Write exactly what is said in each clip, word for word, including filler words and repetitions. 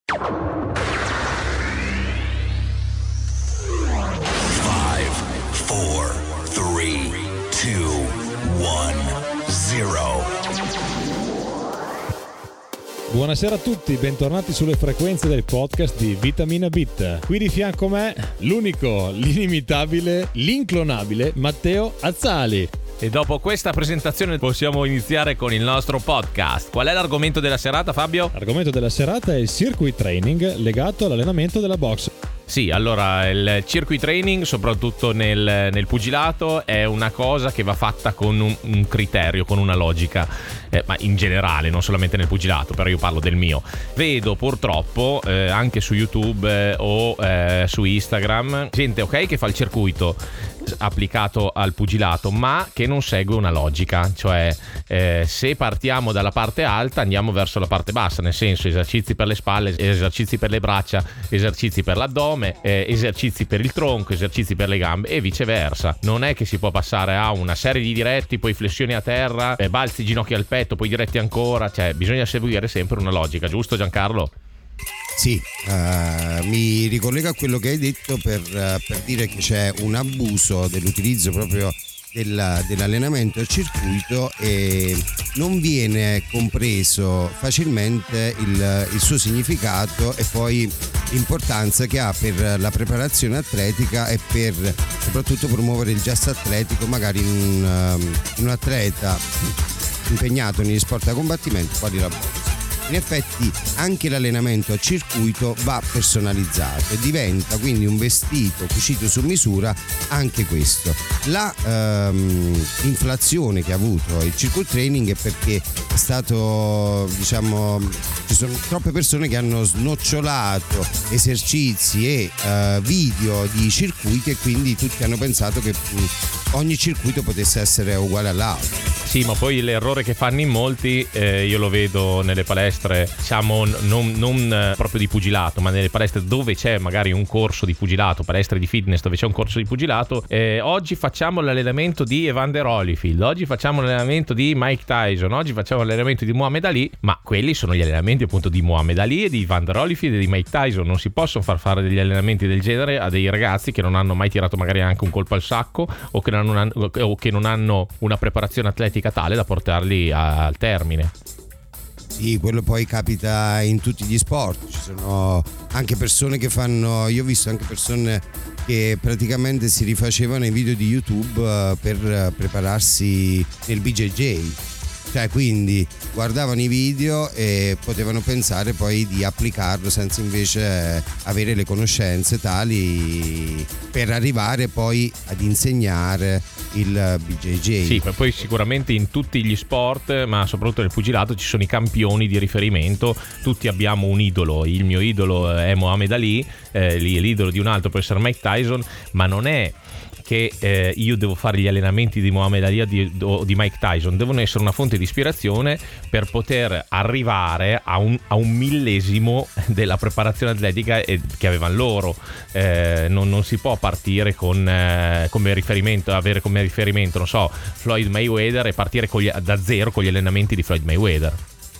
five, four, three, two, one, zero. Buonasera a tutti, bentornati sulle frequenze del podcast di Vitamina Bit. Qui di fianco a me l'unico, l'inimitabile, l'inclonabile Matteo Azzali. E dopo questa presentazione possiamo iniziare con il nostro podcast. Qual è l'argomento della serata, Fabio? L'argomento della serata è il circuit training legato all'allenamento della box. Sì, allora il circuit training, soprattutto nel, nel pugilato, è una cosa che va fatta con un, un criterio, con una logica, eh, ma in generale, non solamente nel pugilato, però io parlo del mio. Vedo purtroppo eh, anche su YouTube eh, o eh, su Instagram gente, ok, che fa il circuito applicato al pugilato, ma che non segue una logica, cioè eh, se partiamo dalla parte alta andiamo verso la parte bassa, nel senso esercizi per le spalle, esercizi per le braccia, esercizi per l'addome, eh, esercizi per il tronco, esercizi per le gambe e viceversa. Non è che si può passare a una serie di diretti, poi flessioni a terra, eh, balzi ginocchia al petto, poi diretti ancora, cioè bisogna seguire sempre una logica, giusto Giancarlo? Sì, uh, mi ricollego a quello che hai detto per, uh, per dire che c'è un abuso dell'utilizzo proprio del, dell'allenamento al circuito e non viene compreso facilmente il, il suo significato e poi l'importanza che ha per la preparazione atletica e per soprattutto promuovere il gesto atletico magari in un, um, in un atleta impegnato negli sport da combattimento quali la box. In effetti anche l'allenamento a circuito va personalizzato e diventa quindi un vestito cucito su misura anche questo. La ehm, inflazione che ha avuto il circuit training è perché è stato, diciamo, ci sono troppe persone che hanno snocciolato esercizi e eh, video di circuiti e quindi tutti hanno pensato che mh, ogni circuito potesse essere uguale all'altro. Sì, ma poi l'errore che fanno in molti, eh, io lo vedo nelle palestre, diciamo non, non proprio di pugilato, ma nelle palestre dove c'è magari un corso di pugilato, palestre di fitness dove c'è un corso di pugilato, eh, oggi facciamo l'allenamento di Evander Holyfield, oggi facciamo l'allenamento di Mike Tyson, oggi facciamo l'allenamento di Muhammad Ali, ma quelli sono gli allenamenti appunto di Muhammad Ali e di Evander Holyfield e di Mike Tyson. Non si possono far fare degli allenamenti del genere a dei ragazzi che non hanno mai tirato magari anche un colpo al sacco o che non hanno, o che non hanno una preparazione atletica tale da portarli a, al termine. Sì, quello poi capita in tutti gli sport, ci sono anche persone che fanno, io ho visto anche persone che praticamente si rifacevano i video di YouTube uh, per prepararsi nel B J J. Cioè quindi guardavano i video e potevano pensare poi di applicarlo senza invece avere le conoscenze tali per arrivare poi ad insegnare il B J J. Sì, ma poi sicuramente in tutti gli sport, ma soprattutto nel pugilato, ci sono i campioni di riferimento. Tutti abbiamo un idolo, il mio idolo è Muhammad Ali, eh, l'idolo di un altro può essere Mike Tyson, ma non è che eh, io devo fare gli allenamenti di Muhammad Ali o di, o di Mike Tyson, devono essere una fonte di ispirazione per poter arrivare a un, a un millesimo della preparazione atletica che avevano loro. Eh, non, non si può partire con eh, come riferimento, avere come riferimento, non so, Floyd Mayweather e partire con gli, da zero con gli allenamenti di Floyd Mayweather.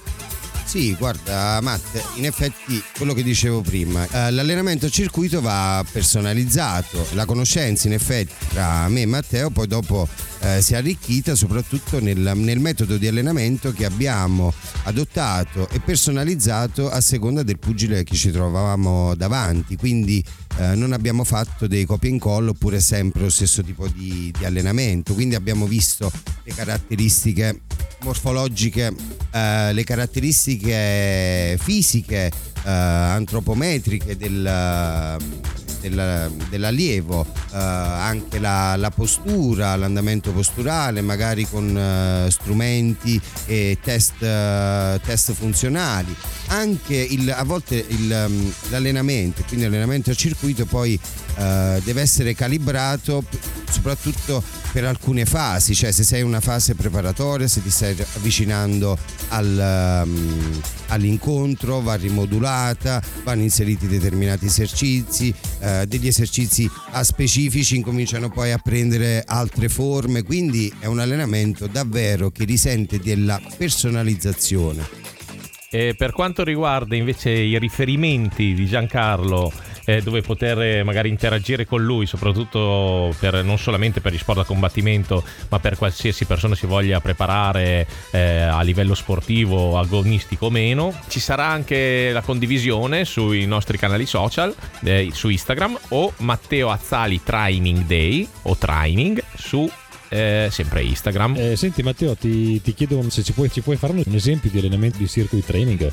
Sì, guarda Matt, in effetti quello che dicevo prima, eh, l'allenamento a circuito va personalizzato, la conoscenza in effetti tra me e Matteo poi dopo eh, si è arricchita soprattutto nel, nel metodo di allenamento che abbiamo adottato e personalizzato a seconda del pugile che ci trovavamo davanti, quindi eh, non abbiamo fatto dei copia e incolla oppure sempre lo stesso tipo di, di allenamento, quindi abbiamo visto le caratteristiche morfologiche, eh, le caratteristiche fisiche, eh, antropometriche del, del, dell'allievo, eh, anche la, la postura, l'andamento posturale, magari con eh, strumenti e test, eh, test funzionali, anche il, a volte il, l'allenamento, quindi l'allenamento a circuito poi eh, deve essere calibrato soprattutto per alcune fasi, cioè se sei in una fase preparatoria, se ti stai avvicinando al, um, all'incontro va rimodulata, vanno inseriti determinati esercizi, eh, degli esercizi a specifici incominciano poi a prendere altre forme, quindi è un allenamento davvero che risente della personalizzazione. E per quanto riguarda invece i riferimenti di Giancarlo, eh, dove poter eh, magari interagire con lui, soprattutto per, non solamente per gli sport da combattimento, ma per qualsiasi persona si voglia preparare eh, a livello sportivo, agonistico o meno, ci sarà anche la condivisione sui nostri canali social, eh, su Instagram, o Matteo Azzali Training Day o Training su Eh, sempre Instagram. Eh, senti Matteo, ti, ti chiedo se ci puoi, ci puoi fare un esempio di allenamento di circuit training?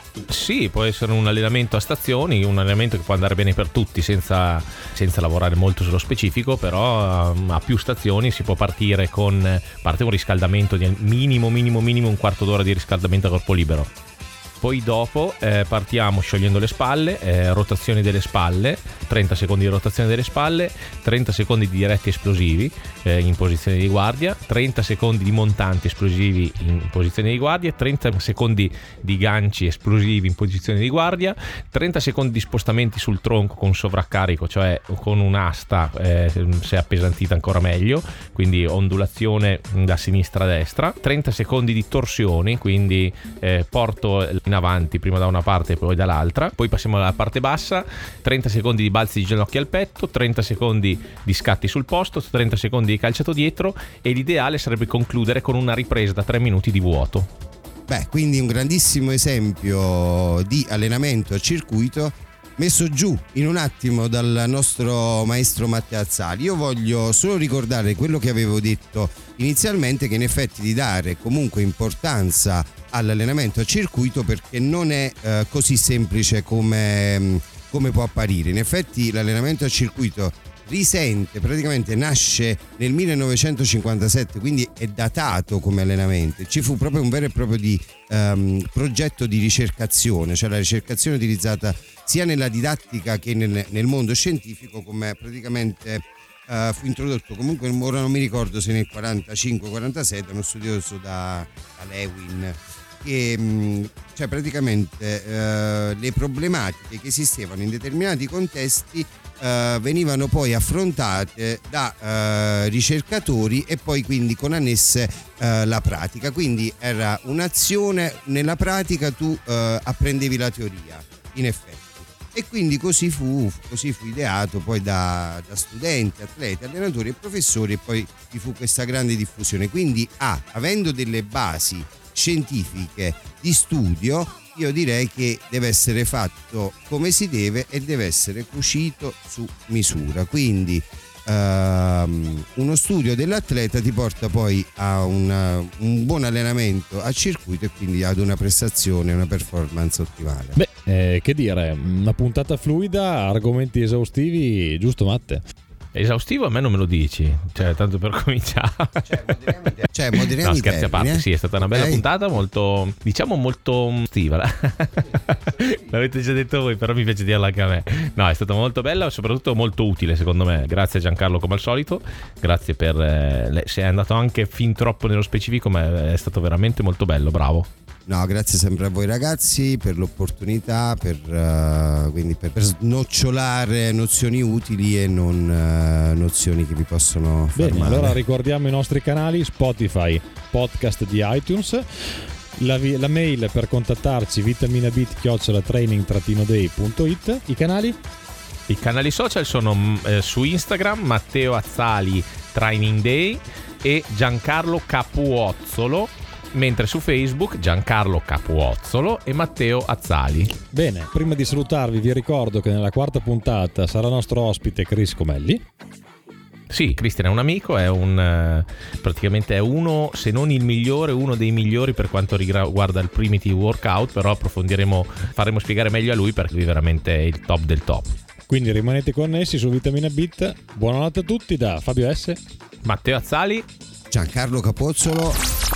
Sì, può essere un allenamento a stazioni, un allenamento che può andare bene per tutti senza, senza lavorare molto sullo specifico, però um, a più stazioni si può partire con parte un riscaldamento di minimo minimo minimo un quarto d'ora di riscaldamento a corpo libero. Poi dopo eh, partiamo sciogliendo le spalle, eh, rotazioni delle spalle, trenta secondi di rotazione delle spalle, trenta secondi di diretti esplosivi eh, in posizione di guardia, trenta secondi di montanti esplosivi in posizione di guardia, trenta secondi di ganci esplosivi in posizione di guardia, trenta secondi di spostamenti sul tronco con sovraccarico, cioè con un'asta eh, se appesantita ancora meglio, quindi ondulazione da sinistra a destra, trenta secondi di torsioni, quindi eh, porto in avanti prima da una parte e poi dall'altra, poi passiamo alla parte bassa, trenta secondi di balzi di ginocchia al petto, trenta secondi di scatti sul posto, trenta secondi di calciato dietro, e l'ideale sarebbe concludere con una ripresa da tre minuti di vuoto. Beh, quindi un grandissimo esempio di allenamento a circuito messo giù in un attimo dal nostro maestro Matteo Azzali. Io voglio solo ricordare quello che avevo detto inizialmente, che in effetti di dare comunque importanza all'allenamento a circuito, perché non è eh, così semplice come, come può apparire. In effetti l'allenamento a circuito risente, praticamente nasce nel millenovecentocinquantasette, quindi è datato come allenamento. Ci fu proprio un vero e proprio di, um, progetto di ricercazione, cioè la ricercazione utilizzata sia nella didattica che nel, nel mondo scientifico, come praticamente uh, fu introdotto comunque, ora non mi ricordo se nel quarantacinque quarantasei, da uno studioso da, da Lewin, che mh, cioè praticamente uh, le problematiche che esistevano in determinati contesti Uh, venivano poi affrontate da uh, ricercatori e poi quindi con annesse uh, la pratica, quindi era un'azione, nella pratica tu uh, apprendevi la teoria in effetti, e quindi così fu, così fu ideato poi da, da studenti, atleti, allenatori e professori, e poi vi fu questa grande diffusione. Quindi ah, avendo delle basi scientifiche di studio, io direi che deve essere fatto come si deve e deve essere cucito su misura. Quindi ehm, uno studio dell'atleta ti porta poi a una, un buon allenamento a circuito e quindi ad una prestazione, una performance ottimale. Beh, eh, che dire, una puntata fluida, argomenti esaustivi, giusto Matte? Esaustivo a me non me lo dici, cioè tanto per cominciare. Cioè, moderiamo i cioè, moderiamo no, i scherzi a parte, termini, sì, è stata una bella okay. puntata, molto, diciamo molto stiva. L'avete già detto voi, però mi piace dirla anche a me. No, è stata molto bella e soprattutto molto utile secondo me. Grazie a Giancarlo come al solito, grazie per eh, se è andato anche fin troppo nello specifico, ma è stato veramente molto bello, bravo. No, grazie sempre a voi ragazzi per l'opportunità, per, uh, quindi per, per snocciolare nozioni utili e non uh, nozioni che vi possono far Bene, male. allora ricordiamo i nostri canali: Spotify, podcast di iTunes, la, vi- la mail per contattarci vitaminabit chiocciola training day punto it, i canali? I canali social sono eh, su Instagram Matteo Azzali Training Day e Giancarlo Capuozzolo, mentre su Facebook Giancarlo Capuozzolo e Matteo Azzali. Bene, prima di salutarvi vi ricordo che nella quarta puntata sarà nostro ospite Chris Comelli. Sì, Cristian è un amico, è un eh, praticamente è uno, se non il migliore, uno dei migliori per quanto riguarda il primitive workout, però approfondiremo, faremo spiegare meglio a lui perché lui veramente è il top del top. Quindi rimanete connessi su Vitamina Bit. Buonanotte a tutti da Fabio S, Matteo Azzali, Giancarlo Capuozzolo.